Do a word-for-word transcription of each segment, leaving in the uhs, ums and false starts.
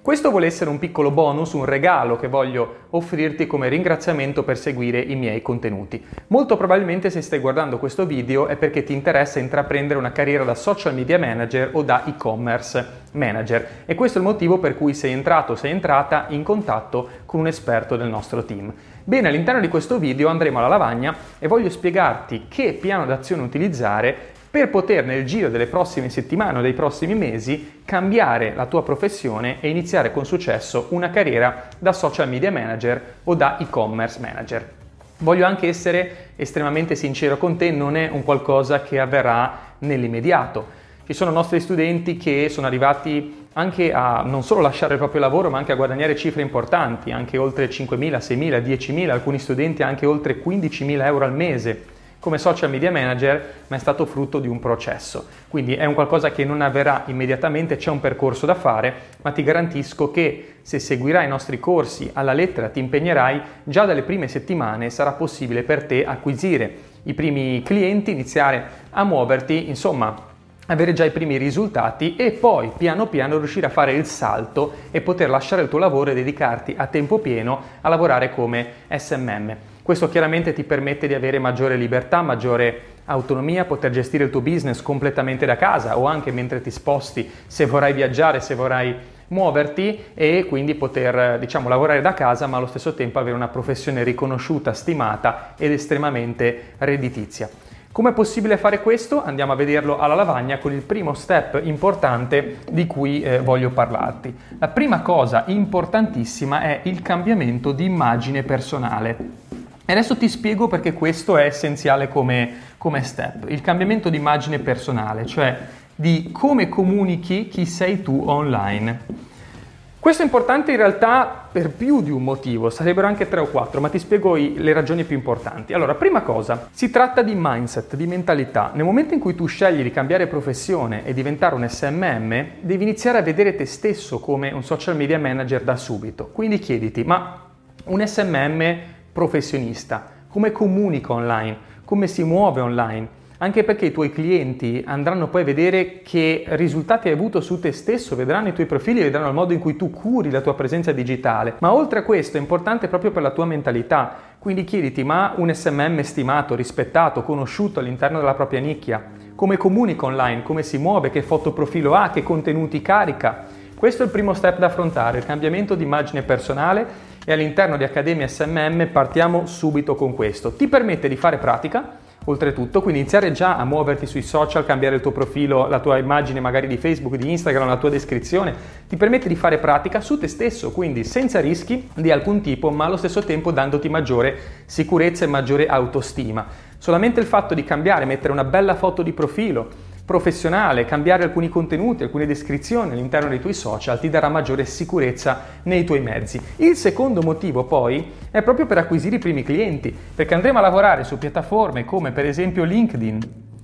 Questo vuole essere un piccolo bonus, un regalo che voglio offrirti come ringraziamento per seguire i miei contenuti. Molto probabilmente se stai guardando questo video è perché ti interessa intraprendere una carriera da social media manager o da e-commerce manager e questo è il motivo per cui sei entrato o sei entrata in contatto con un esperto del nostro team. Bene, all'interno di questo video andremo alla lavagna e voglio spiegarti che piano d'azione utilizzare per poter nel giro delle prossime settimane o dei prossimi mesi cambiare la tua professione e iniziare con successo una carriera da social media manager o da e-commerce manager. Voglio anche essere estremamente sincero con te, non è un qualcosa che avverrà nell'immediato. Ci sono nostri studenti che sono arrivati anche a non solo lasciare il proprio lavoro, ma anche a guadagnare cifre importanti, anche oltre cinquemila, seimila, diecimila, alcuni studenti anche oltre quindicimila euro al mese come social media manager, ma è stato frutto di un processo. Quindi è un qualcosa che non avverrà immediatamente, c'è un percorso da fare, ma ti garantisco che se seguirai i nostri corsi alla lettera, ti impegnerai, già dalle prime settimane sarà possibile per te acquisire i primi clienti, iniziare a muoverti, insomma, avere già i primi risultati e poi piano piano riuscire a fare il salto e poter lasciare il tuo lavoro e dedicarti a tempo pieno a lavorare come S M M. Questo chiaramente ti permette di avere maggiore libertà, maggiore autonomia, poter gestire il tuo business completamente da casa o anche mentre ti sposti, se vorrai viaggiare, se vorrai muoverti e quindi poter, diciamo, lavorare da casa ma allo stesso tempo avere una professione riconosciuta, stimata ed estremamente redditizia. Come è possibile fare questo? Andiamo a vederlo alla lavagna con il primo step importante di cui eh, voglio parlarti. La prima cosa importantissima è il cambiamento di immagine personale. E adesso ti spiego perché questo è essenziale come, come step. Il cambiamento di immagine personale, cioè di come comunichi chi sei tu online. Questo è importante in realtà per più di un motivo, sarebbero anche tre o quattro, ma ti spiego i, le ragioni più importanti. Allora, prima cosa, si tratta di mindset, di mentalità. Nel momento in cui tu scegli di cambiare professione e diventare un S M M, devi iniziare a vedere te stesso come un social media manager da subito. Quindi chiediti, ma un S M M professionista, come comunica online, come si muove online? Anche perché i tuoi clienti andranno poi a vedere che risultati hai avuto su te stesso, vedranno i tuoi profili, vedranno il modo in cui tu curi la tua presenza digitale. Ma oltre a questo è importante proprio per la tua mentalità. Quindi chiediti, ma un S M M stimato, rispettato, conosciuto all'interno della propria nicchia, come comunica online, come si muove, che fotoprofilo ha, che contenuti carica? Questo è il primo step da affrontare, il cambiamento di immagine personale e all'interno di Accademia S M M partiamo subito con questo. Ti permette di fare pratica, oltretutto, quindi iniziare già a muoverti sui social, cambiare il tuo profilo, la tua immagine magari di Facebook, di Instagram, la tua descrizione, ti permette di fare pratica su te stesso, quindi senza rischi di alcun tipo, ma allo stesso tempo dandoti maggiore sicurezza e maggiore autostima. Solamente il fatto di cambiare, mettere una bella foto di profilo professionale, cambiare alcuni contenuti, alcune descrizioni all'interno dei tuoi social ti darà maggiore sicurezza nei tuoi mezzi. Il secondo motivo poi è proprio per acquisire i primi clienti, perché andremo a lavorare su piattaforme come per esempio LinkedIn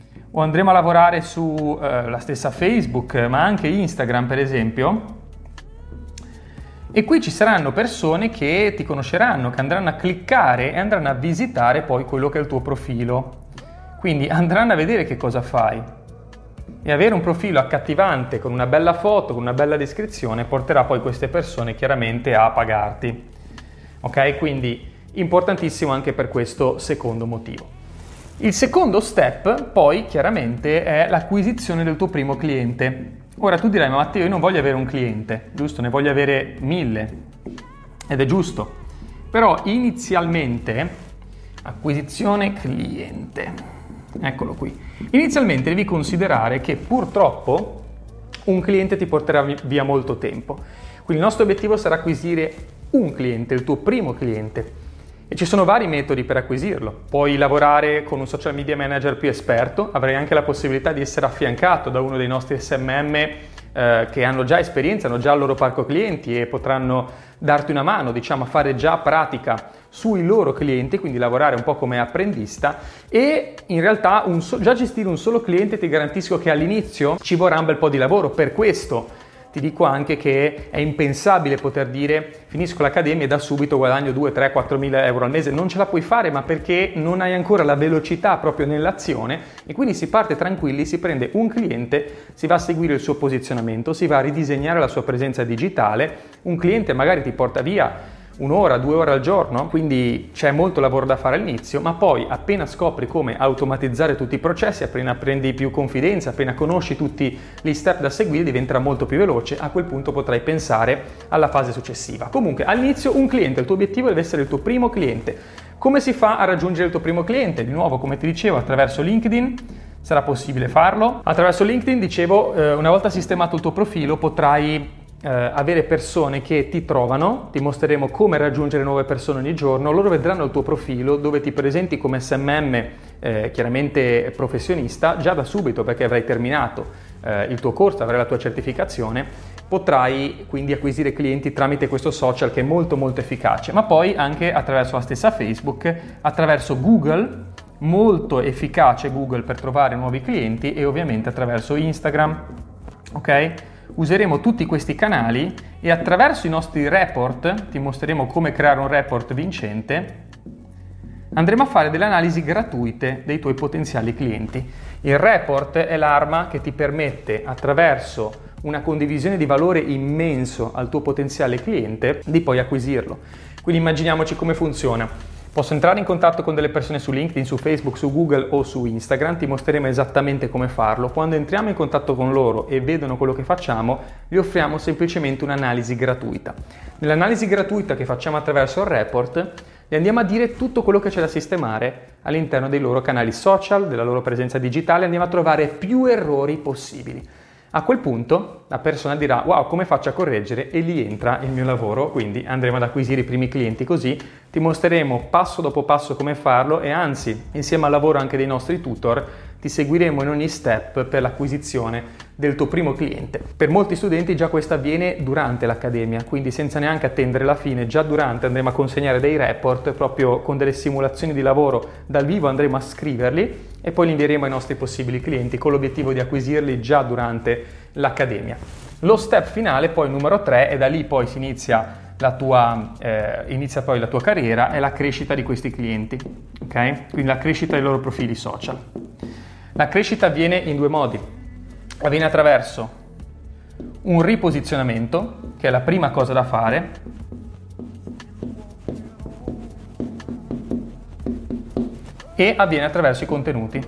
o andremo a lavorare su eh, la stessa Facebook, ma anche Instagram per esempio. E qui ci saranno persone che ti conosceranno, che andranno a cliccare e andranno a visitare poi quello che è il tuo profilo. Quindi andranno a vedere che cosa fai. E avere un profilo accattivante con una bella foto, con una bella descrizione porterà poi queste persone chiaramente a pagarti. Ok? Quindi importantissimo anche per questo secondo motivo. Il secondo step poi chiaramente è l'acquisizione del tuo primo cliente. Ora tu dirai, ma Matteo, io non voglio avere un cliente, giusto? Ne voglio avere mille. Ed è giusto. Però inizialmente acquisizione cliente. Eccolo qui. Inizialmente devi considerare che purtroppo un cliente ti porterà via molto tempo. Quindi il nostro obiettivo sarà acquisire un cliente, il tuo primo cliente. E ci sono vari metodi per acquisirlo. Puoi lavorare con un social media manager più esperto, avrai anche la possibilità di essere affiancato da uno dei nostri S M M eh, che hanno già esperienza, hanno già il loro parco clienti e potranno darti una mano, diciamo, a fare già pratica sui loro clienti, quindi lavorare un po' come apprendista e in realtà un so- già gestire un solo cliente ti garantisco che all'inizio ci vorrà un bel po' di lavoro. Per questo ti dico anche che è impensabile poter dire finisco l'accademia e da subito guadagno due, tre, quattro mila euro al mese. Non ce la puoi fare, ma perché non hai ancora la velocità proprio nell'azione e quindi si parte tranquilli, si prende un cliente, si va a seguire il suo posizionamento, si va a ridisegnare la sua presenza digitale, Un cliente magari ti porta via un'ora, due ore al giorno, quindi c'è molto lavoro da fare all'inizio, ma poi appena scopri come automatizzare tutti i processi, appena prendi più confidenza, appena conosci tutti gli step da seguire, diventerà molto più veloce. A quel punto potrai pensare alla fase successiva. Comunque all'inizio un cliente, il tuo obiettivo deve essere il tuo primo cliente. Come si fa a raggiungere il tuo primo cliente? Di nuovo, come ti dicevo, attraverso LinkedIn. Sarà possibile farlo. Attraverso LinkedIn, dicevo, una volta sistemato il tuo profilo potrai Eh, avere persone che ti trovano. Ti mostreremo come raggiungere nuove persone ogni giorno. Loro vedranno il tuo profilo dove ti presenti come S M M, eh, chiaramente professionista, già da subito, perché avrai terminato eh, il tuo corso, avrai la tua certificazione. Potrai quindi acquisire clienti tramite questo social che è molto molto efficace, ma poi anche attraverso la stessa Facebook, attraverso Google, molto efficace Google per trovare nuovi clienti, e ovviamente attraverso Instagram. Ok? Useremo tutti questi canali e attraverso i nostri report, ti mostreremo come creare un report vincente, andremo a fare delle analisi gratuite dei tuoi potenziali clienti. Il report è l'arma che ti permette, attraverso una condivisione di valore immenso al tuo potenziale cliente, di poi acquisirlo. Quindi immaginiamoci come funziona. Posso entrare in contatto con delle persone su LinkedIn, su Facebook, su Google o su Instagram, ti mostreremo esattamente come farlo. Quando entriamo in contatto con loro e vedono quello che facciamo, gli offriamo semplicemente un'analisi gratuita. Nell'analisi gratuita che facciamo attraverso il report, gli andiamo a dire tutto quello che c'è da sistemare all'interno dei loro canali social, della loro presenza digitale, andiamo a trovare più errori possibili. A quel punto la persona dirà: wow, come faccio a correggere? E lì entra il mio lavoro, quindi andremo ad acquisire i primi clienti. Così ti mostreremo passo dopo passo come farlo, e anzi, insieme al lavoro anche dei nostri tutor, ti seguiremo in ogni step per l'acquisizione del tuo primo cliente. Per molti studenti già questo avviene durante l'accademia, quindi senza neanche attendere la fine, già durante andremo a consegnare dei report proprio con delle simulazioni di lavoro dal vivo, andremo a scriverli e poi li invieremo ai nostri possibili clienti con l'obiettivo di acquisirli già durante l'accademia. Lo step finale, poi numero tre, e da lì poi si inizia la tua, eh, inizia poi la tua carriera, è la crescita di questi clienti, ok? Quindi la crescita dei loro profili social. La crescita avviene in due modi. Avviene attraverso un riposizionamento, che è la prima cosa da fare, e avviene attraverso i contenuti.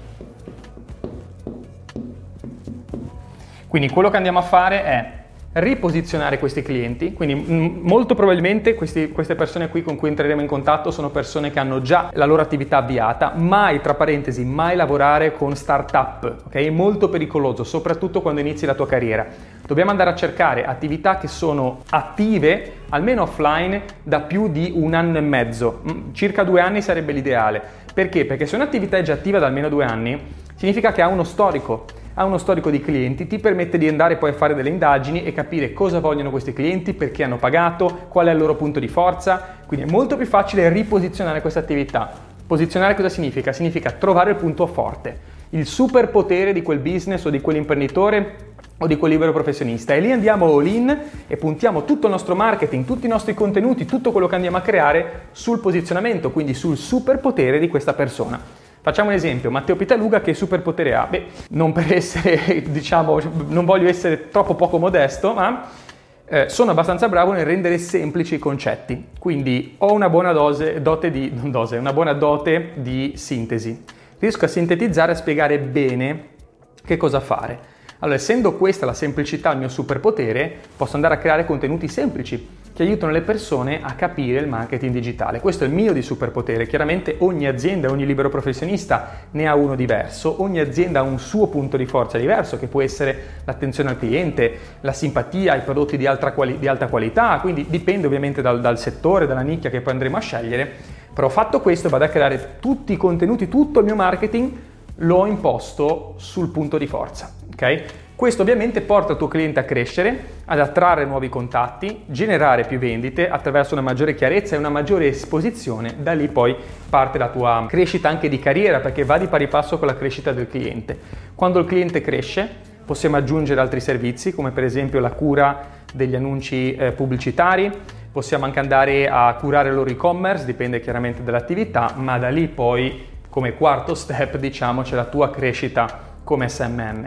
Quindi quello che andiamo a fare è riposizionare questi clienti, quindi m- molto probabilmente questi, queste persone qui con cui entreremo in contatto sono persone che hanno già la loro attività avviata. Mai, tra parentesi, mai lavorare con start-up, ok? È molto pericoloso, soprattutto quando inizi la tua carriera. Dobbiamo andare a cercare attività che sono attive, almeno offline, da più di un anno e mezzo, circa due anni sarebbe l'ideale. Perché? Perché se un'attività è già attiva da almeno due anni, significa che ha uno storico. Ha uno storico di clienti, ti permette di andare poi a fare delle indagini e capire cosa vogliono questi clienti, perché hanno pagato, qual è il loro punto di forza. Quindi è molto più facile riposizionare questa attività. Posizionare cosa significa? Significa trovare il punto forte, il superpotere di quel business o di quell'imprenditore o di quel libero professionista, e lì andiamo all in e puntiamo tutto il nostro marketing, tutti i nostri contenuti, tutto quello che andiamo a creare sul posizionamento, quindi sul superpotere di questa persona. Facciamo un esempio: Matteo Pitaluga che superpotere ha? Beh, non per essere, diciamo, non voglio essere troppo poco modesto, ma eh, sono abbastanza bravo nel rendere semplici i concetti. Quindi ho una buona dose, dote di, non dose, una buona dote di sintesi. Riesco a sintetizzare e a spiegare bene che cosa fare. Allora, essendo questa la semplicità il mio superpotere, posso andare a creare contenuti semplici che aiutano le persone a capire il marketing digitale. Questo è il mio di superpotere. Chiaramente ogni azienda, ogni libero professionista ne ha uno diverso, ogni azienda ha un suo punto di forza diverso, che può essere l'attenzione al cliente, la simpatia ai prodotti di alta, quali- di alta qualità, quindi dipende ovviamente dal, dal settore, dalla nicchia che poi andremo a scegliere. Però fatto questo, vado a creare tutti i contenuti, tutto il mio marketing l'ho imposto sul punto di forza, ok? Questo ovviamente porta il tuo cliente a crescere, ad attrarre nuovi contatti, generare più vendite attraverso una maggiore chiarezza e una maggiore esposizione. Da lì poi parte la tua crescita anche di carriera, perché va di pari passo con la crescita del cliente. Quando il cliente cresce, possiamo aggiungere altri servizi, come per esempio la cura degli annunci eh, pubblicitari. Possiamo anche andare a curare il loro e-commerce, dipende chiaramente dall'attività, ma da lì poi, come quarto step, diciamo, c'è la tua crescita come S M M.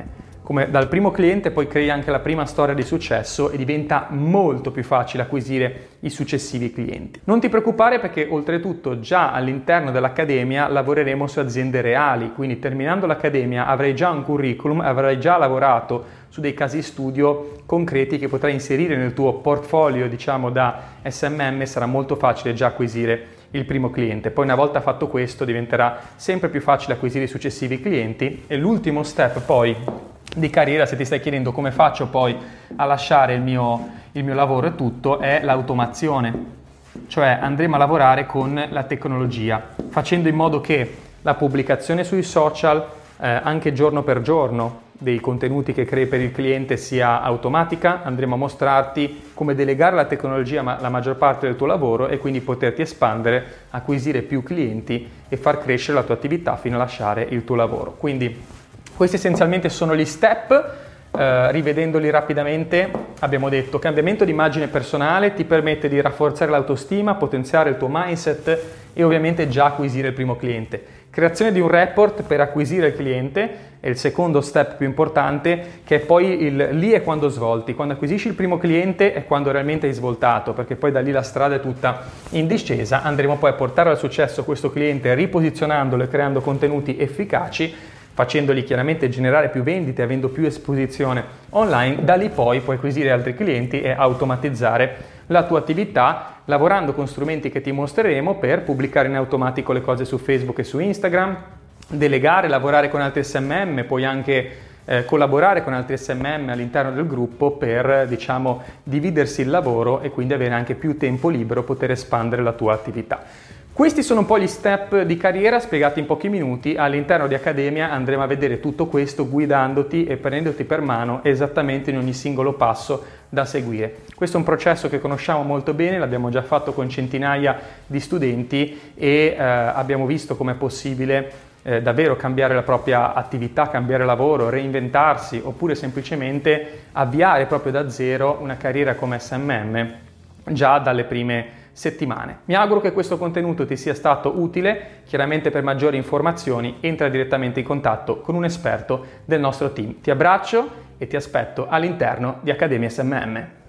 come dal primo cliente poi crei anche la prima storia di successo e diventa molto più facile acquisire i successivi clienti. Non ti preoccupare perché oltretutto già all'interno dell'Accademia lavoreremo su aziende reali, quindi terminando l'Accademia avrai già un curriculum, avrai già lavorato su dei casi studio concreti che potrai inserire nel tuo portfolio, diciamo, da S M M, sarà molto facile già acquisire il primo cliente. Poi una volta fatto questo diventerà sempre più facile acquisire i successivi clienti e l'ultimo step poi di carriera, se ti stai chiedendo come faccio poi a lasciare il mio, il mio lavoro e tutto, è l'automazione, cioè andremo a lavorare con la tecnologia, facendo in modo che la pubblicazione sui social, eh, anche giorno per giorno, dei contenuti che crei per il cliente sia automatica. Andremo a mostrarti come delegare la tecnologia ma la maggior parte del tuo lavoro e quindi poterti espandere, acquisire più clienti e far crescere la tua attività fino a lasciare il tuo lavoro. Quindi questi essenzialmente sono gli step. Uh, rivedendoli rapidamente, abbiamo detto: cambiamento di immagine personale ti permette di rafforzare l'autostima, potenziare il tuo mindset e ovviamente già acquisire il primo cliente. Creazione di un report per acquisire il cliente è il secondo step più importante, che è poi il lì è quando svolti. Quando acquisisci il primo cliente è quando realmente hai svoltato, perché poi da lì la strada è tutta in discesa. Andremo poi a portare al successo questo cliente riposizionandolo e creando contenuti efficaci, facendoli chiaramente generare più vendite, avendo più esposizione online. Da lì poi puoi acquisire altri clienti e automatizzare la tua attività, lavorando con strumenti che ti mostreremo per pubblicare in automatico le cose su Facebook e su Instagram, delegare, lavorare con altri S M M, puoi anche eh, collaborare con altri S M M all'interno del gruppo per, diciamo, dividersi il lavoro e quindi avere anche più tempo libero, poter espandere la tua attività. Questi sono un po' gli step di carriera spiegati in pochi minuti. All'interno di Accademia andremo a vedere tutto questo guidandoti e prendendoti per mano esattamente in ogni singolo passo da seguire. Questo è un processo che conosciamo molto bene, l'abbiamo già fatto con centinaia di studenti e eh, abbiamo visto com'è possibile eh, davvero cambiare la propria attività, cambiare lavoro, reinventarsi oppure semplicemente avviare proprio da zero una carriera come S M M già dalle prime settimane. Mi auguro che questo contenuto ti sia stato utile. Chiaramente per maggiori informazioni entra direttamente in contatto con un esperto del nostro team. Ti abbraccio e ti aspetto all'interno di Accademia S M M.